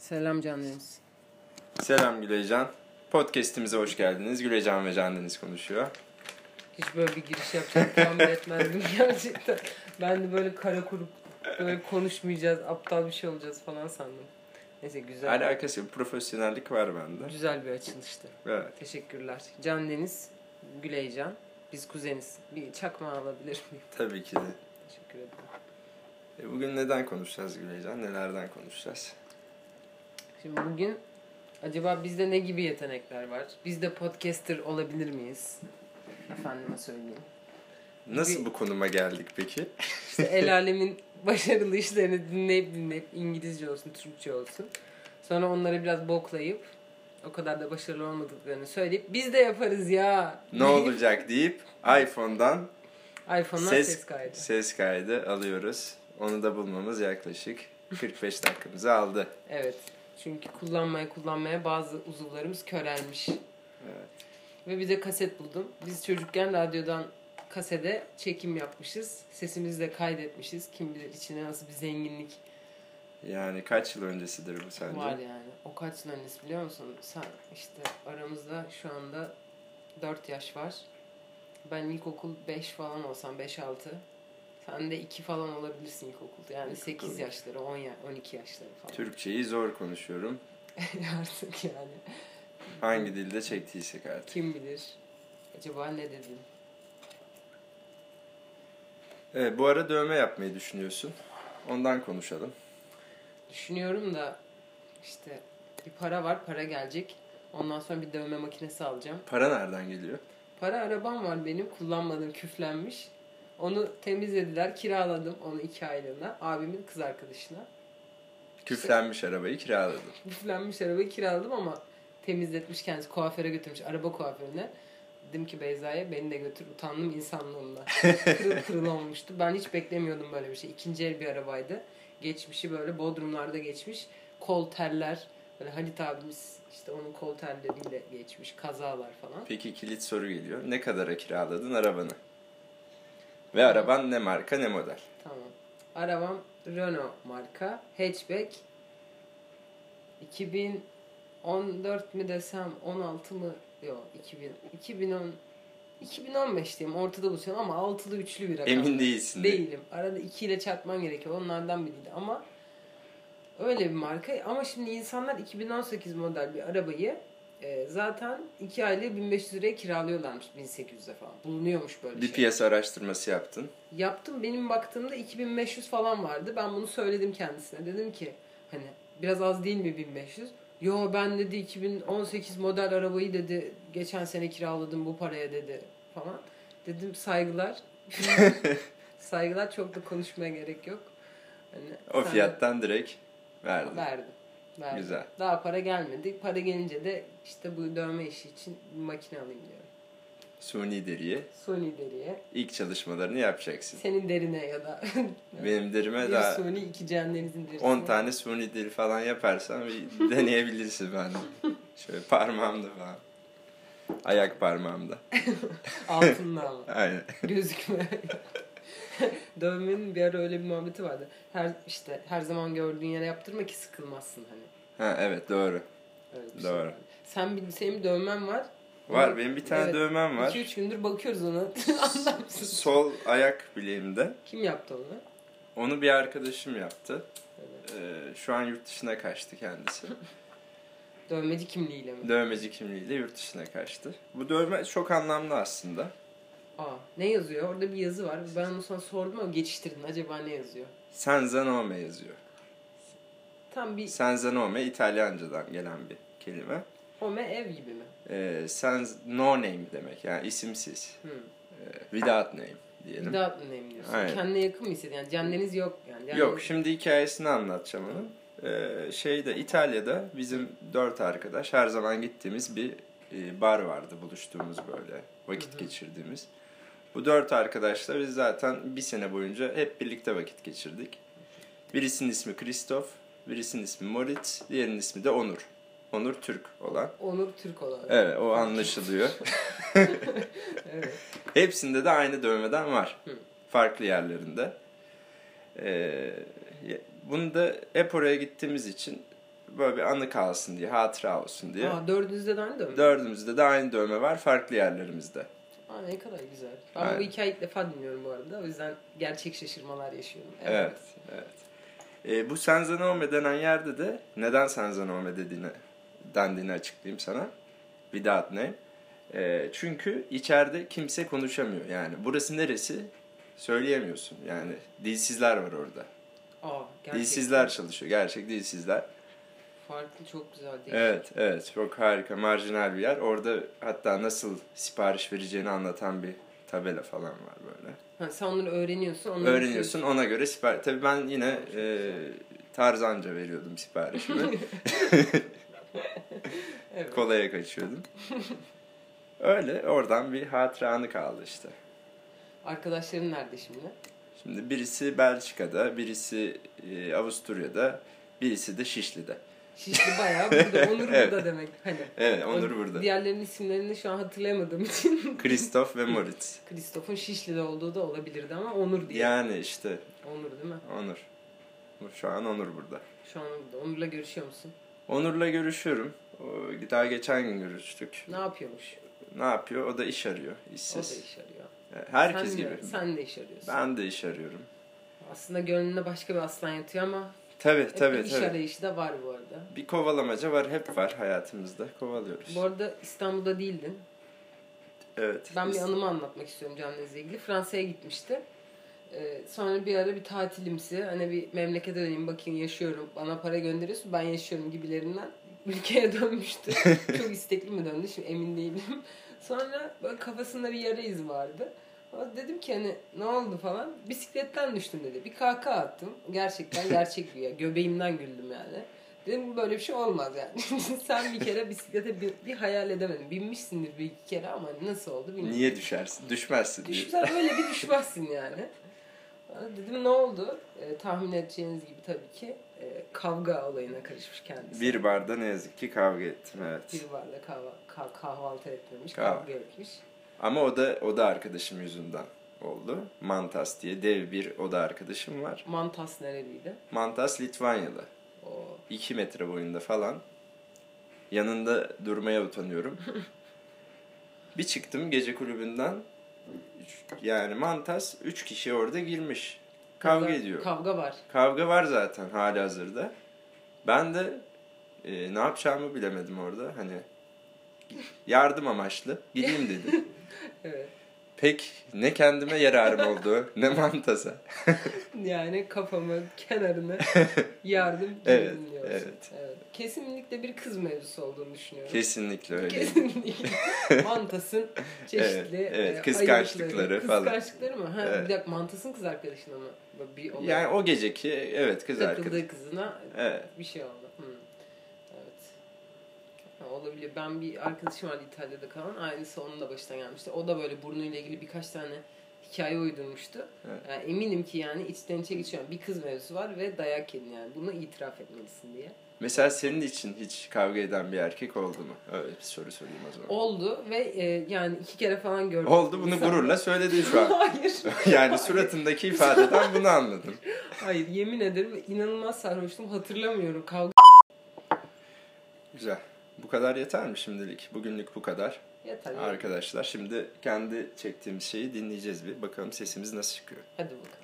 Selam Can Deniz. Selam Güleycan. Podcast'imize hoş geldiniz. Güleycan ve Can Deniz konuşuyor. Hiç böyle bir giriş yapacak tahmin etmezdim gerçekten. Ben de böyle kara kurup böyle konuşmayacağız, aptal bir şey olacağız falan sandım. Neyse güzel. Alakası yok. Profesyonellik var bende. Güzel bir açılıştı. Evet. Teşekkürler. Can Deniz, Güleycan. Biz kuzeniz. Bir çakma alabilir miyim? Tabii ki de. Teşekkür ederim. Bugün neden konuşacağız Güleycan? Nelerden konuşacağız? Şimdi bugün acaba bizde ne gibi yetenekler var? Biz de podcaster olabilir miyiz? Efendime söyleyeyim. Nasıl bu konuma geldik peki? İşte el alemin başarılı işlerini dinleyip İngilizce olsun, Türkçe olsun. Sonra onları biraz boklayıp o kadar da başarılı olmadıklarını söyleyip biz de yaparız ya. Ne olacak deyip iPhone'dan ses kaydı alıyoruz. Onu da bulmamız yaklaşık 45 dakikamızı aldı. Evet. Çünkü kullanmaya bazı uzuvlarımız körelmiş. Evet. Ve bir de kaset buldum. Biz çocukken radyodan kasede çekim yapmışız. Sesimizi de kaydetmişiz. Kim bilir içine nasıl bir zenginlik Yani kaç yıl öncesidir bu sence? var yani. O kaç yıl öncesi biliyor musun? Sen işte aramızda şu anda 4 yaş var. Ben ilkokul 5 falan olsam 5-6. Sen de 2 falan olabilirsin ilkokulda. Yani 8 yaşları, 12 yaşları falan. Türkçeyi zor konuşuyorum. Artık yani. Hangi dilde çektiysek artık. Kim bilir? Acaba ne dedin? Evet, bu ara dövme yapmayı düşünüyorsun. Ondan konuşalım. Düşünüyorum da işte bir para var, para gelecek. Ondan sonra bir dövme makinesi alacağım. Para nereden geliyor? Para arabam var benim, kullanmadığım, küflenmiş. Onu temizlediler, kiraladım onu 2 aylığına. Abimin kız arkadaşına. Küflenmiş arabayı kiraladın. Küflenmiş arabayı kiraladım ama temizletmiş kendisi. Kuaföre götürmüş, araba kuaförüne. Dedim ki Beyza'ya beni de götür. Utandım insanlığımla. Kırıl kırıl olmuştu. Ben hiç beklemiyordum böyle bir şey. İkinci el bir arabaydı. Geçmişi böyle Bodrumlarda geçmiş. Kol teller. Böyle Halit abimiz işte onun kol telleriyle geçmiş. Kazalar falan. Peki kilit soru geliyor. Ne kadara kiraladın arabanı? Ve araban ne marka ne model? Tamam. Arabam Renault marka. Hatchback. 2014 mi desem 16 mı? Yok 2015 diyeyim ortada buluşalım ama altılı üçlü bir rakam. Emin değilsin. Değilim. Arada 2 ile çarpman gerekiyor. Onlardan biriydi ama öyle bir marka. Ama şimdi insanlar 2018 model bir arabayı zaten 2 aylık 1500 liraya kiralıyorlarmış 1800'e falan. Bulunuyormuş böyle bir şey. piyasa araştırması yaptın. Yaptım. Benim baktığımda 2500 falan vardı. Ben bunu söyledim kendisine. Dedim ki hani biraz az değil mi 1500? Yo ben dedi 2018 model arabayı dedi geçen sene kiraladım bu paraya dedi falan. Dedim saygılar. Saygılar, çok da konuşmaya gerek yok. Hani O fiyattan direkt verdin. Verdim. Güzel. Daha para gelmedi. Para gelince de işte bu dövme işi için bir makine alayım diyorum. Suni deriye. Suni deriye. İlk çalışmalarını yapacaksın. Senin derine ya da benim derime bir daha suni 2 Candeniz'in derisine. 10 tane suni deri falan yaparsan bir deneyebilirsin bende. Şöyle parmağımda falan. Ayak parmağımda. Altında ama. Aynen. Gözükme. Dövmenin bir ara öyle bir muhabbeti vardı. Her zaman gördüğün yere yaptırma ki sıkılmazsın hani. Ha evet doğru. Öyle bir Doğru. şey. Senin bir dövmen var. Var benim bir tane dövmem var. 2-3 gündür bakıyoruz ona. Anlamsız. Sol ayak bileğimde. Kim yaptı onu? Onu bir arkadaşım yaptı. Evet. Şu an yurt dışına kaçtı kendisi. Dövmeci kimliğiyle mi? Dövmeci kimliğiyle yurt dışına kaçtı. Bu dövme çok anlamlı aslında. Ne yazıyor? Orada bir yazı var. Ben onu sana sordum ama geçiştirdin. Acaba ne yazıyor? Senza nome yazıyor. Tam bir... Senza nome İtalyancadan gelen bir kelime. Home ev gibi mi? No name demek yani isimsiz. Without name diyelim. Without name diyorsun. Aynen. Kendine yakın mı hissediyorsun? Yani Candeniz yok. Yani Yok şimdi hikayesini anlatacağım onun. İtalya'da bizim 4 arkadaş her zaman gittiğimiz bir bar vardı, buluştuğumuz böyle vakit geçirdiğimiz. Bu 4 arkadaşla biz zaten bir sene boyunca hep birlikte vakit geçirdik. Birisinin ismi Christoph, birisinin ismi Moritz, diğerinin ismi de Onur. Onur Türk olan. Onur Türk olan. Evet, o anlaşılıyor. Evet. Hepsinde de aynı dövmeden var. Farklı yerlerinde. Bunu da hep oraya gittiğimiz için böyle bir anı kalsın diye, hatıra olsun diye. Dördünüzde de aynı dövme. Dördümüzde de aynı dövme var, farklı yerlerimizde. Ne kadar güzel. Ben bu hikayeyi ilk defa dinliyorum bu arada. O yüzden gerçek şaşırmalar yaşıyorum. Evet. Bu Senzanome denen yerde de neden Senzanome dendiğini açıklayayım sana. Without name. Çünkü içeride kimse konuşamıyor. Yani burası neresi söyleyemiyorsun. Yani dilsizler var orada. Gerçekten. Dilsizler çalışıyor. Gerçek dilsizler. Farklı, çok güzel değil. Evet. Çok harika. Marjinal bir yer. Orada hatta nasıl sipariş vereceğini anlatan bir tabela falan var böyle. Sen onları öğreniyorsun. Öğreniyorsun. Ona göre sipariş. Tabii ben yine tarzanca veriyordum siparişimi. Evet. Kolaya kaçıyordum. Öyle. Oradan bir hatıra anı kaldı işte. Arkadaşların nerede şimdi? Şimdi birisi Belçika'da, birisi Avusturya'da, birisi de Şişli'de. Şişli bayağı burada. Onur burada demek. Hani. Evet, Onur burada. Diğerlerinin isimlerini şu an hatırlayamadığım için. Christoph ve Moritz. Christoph'un Şişli'de olduğu da olabilirdi ama Onur diye. Yani işte. Onur değil mi? Onur. Şu an Onur burada. Şu an burada. Onur'la görüşüyor musun? Onur'la görüşüyorum. Daha geçen gün görüştük. Ne yapıyormuş? Ne yapıyor? O da iş arıyor. İşsiz. O da iş arıyor. Herkes gibi. Sen de iş arıyorsun. Ben de iş arıyorum. Aslında gönlünde başka bir aslan yatıyor ama Tabii. iş arayışı da var bu arada. Bir kovalamaca var. Hep var hayatımızda. Kovalıyoruz. Bu arada İstanbul'da değildin. Evet. Ben bir anımı anlatmak istiyorum Candeniz'le ilgili. Fransa'ya gitmişti. Sonra bir ara bir tatilimsi, hani bir memlekete döneyim bakayım yaşıyorum, bana para gönderiyorsun ben yaşıyorum gibilerinden ülkeye dönmüştü. Çok istekli mi döndü şimdi emin değilim. Sonra böyle kafasında bir yara izi vardı. Ama dedim ki hani ne oldu falan. Bisikletten düştüm dedi. Bir kahkaha attım. Gerçekten gerçek bir ya. Göbeğimden güldüm yani. Dedim böyle bir şey olmaz yani. Sen bir kere bisiklete bir hayal edemedin. Binmişsindir bir iki kere ama nasıl oldu bilmiyorum. Niye düşersin? Düşmezsin. Düşsen öyle bir düşmezsin yani. Dedim ne oldu? Tahmin edeceğiniz gibi tabii ki kavga olayına karışmış kendisi. Bir barda ne yazık ki kavga ettim, evet. Bir barda kahvaltı etmemiş, kavga etmiş. Ama o da arkadaşım yüzünden oldu. Mantas diye dev bir oda arkadaşım var. Mantas nereliydi? Mantas Litvanyalı. 2 metre boyunda falan. Yanında durmaya utanıyorum. Bir çıktım gece kulübünden. Yani Mantas 3 kişi orada girmiş. Kavga ediyor. Kavga var. Kavga var zaten halihazırda. Ben de ne yapacağımı bilemedim orada. Hani yardım amaçlı gideyim dedim. Evet. Pek ne kendime yararım oldu ne Mantas'a. Yani kafamı, kenarını yardım evet. Kesinlikle bir kız mevzusu olduğunu düşünüyorum. Kesinlikle öyle. Kesinlikle. Mantas'ın çeşitli evet. Kıskançlıkları falan. Kıskançlıkları mı? Bir dakika Mantas'ın kız arkadaşına mı? Bir olay. Yani o geceki kız arkadaşı. Takıldığı kızına bir şey oldu. Olabilir. Ben bir arkadaşım vardı İtalya'da kalan. Aynısı onun da başına gelmişti. O da böyle burnuyla ilgili birkaç tane hikaye uydurmuştu. Evet. Yani eminim ki yani içten içe geçiyor. Bir kız mevzusu var ve dayak yedin yani. Bunu itiraf etmelisin diye. Mesela senin için hiç kavga eden bir erkek oldu mu? Öyle bir soru sorayım o zaman. Oldu ve yani 2 kere falan gördüm. Oldu, bunu gururla söyledin şu an. Hayır. Yani suratındaki ifadeden bunu anladım. Hayır, yemin ederim inanılmaz sarhoştum. Hatırlamıyorum. Kavga. Güzel. Bu kadar yeter mi şimdilik? Bugünlük bu kadar. Yeter. Arkadaşlar şimdi kendi çektiğimiz şeyi dinleyeceğiz bir. Bakalım sesimiz nasıl çıkıyor. Hadi bakalım.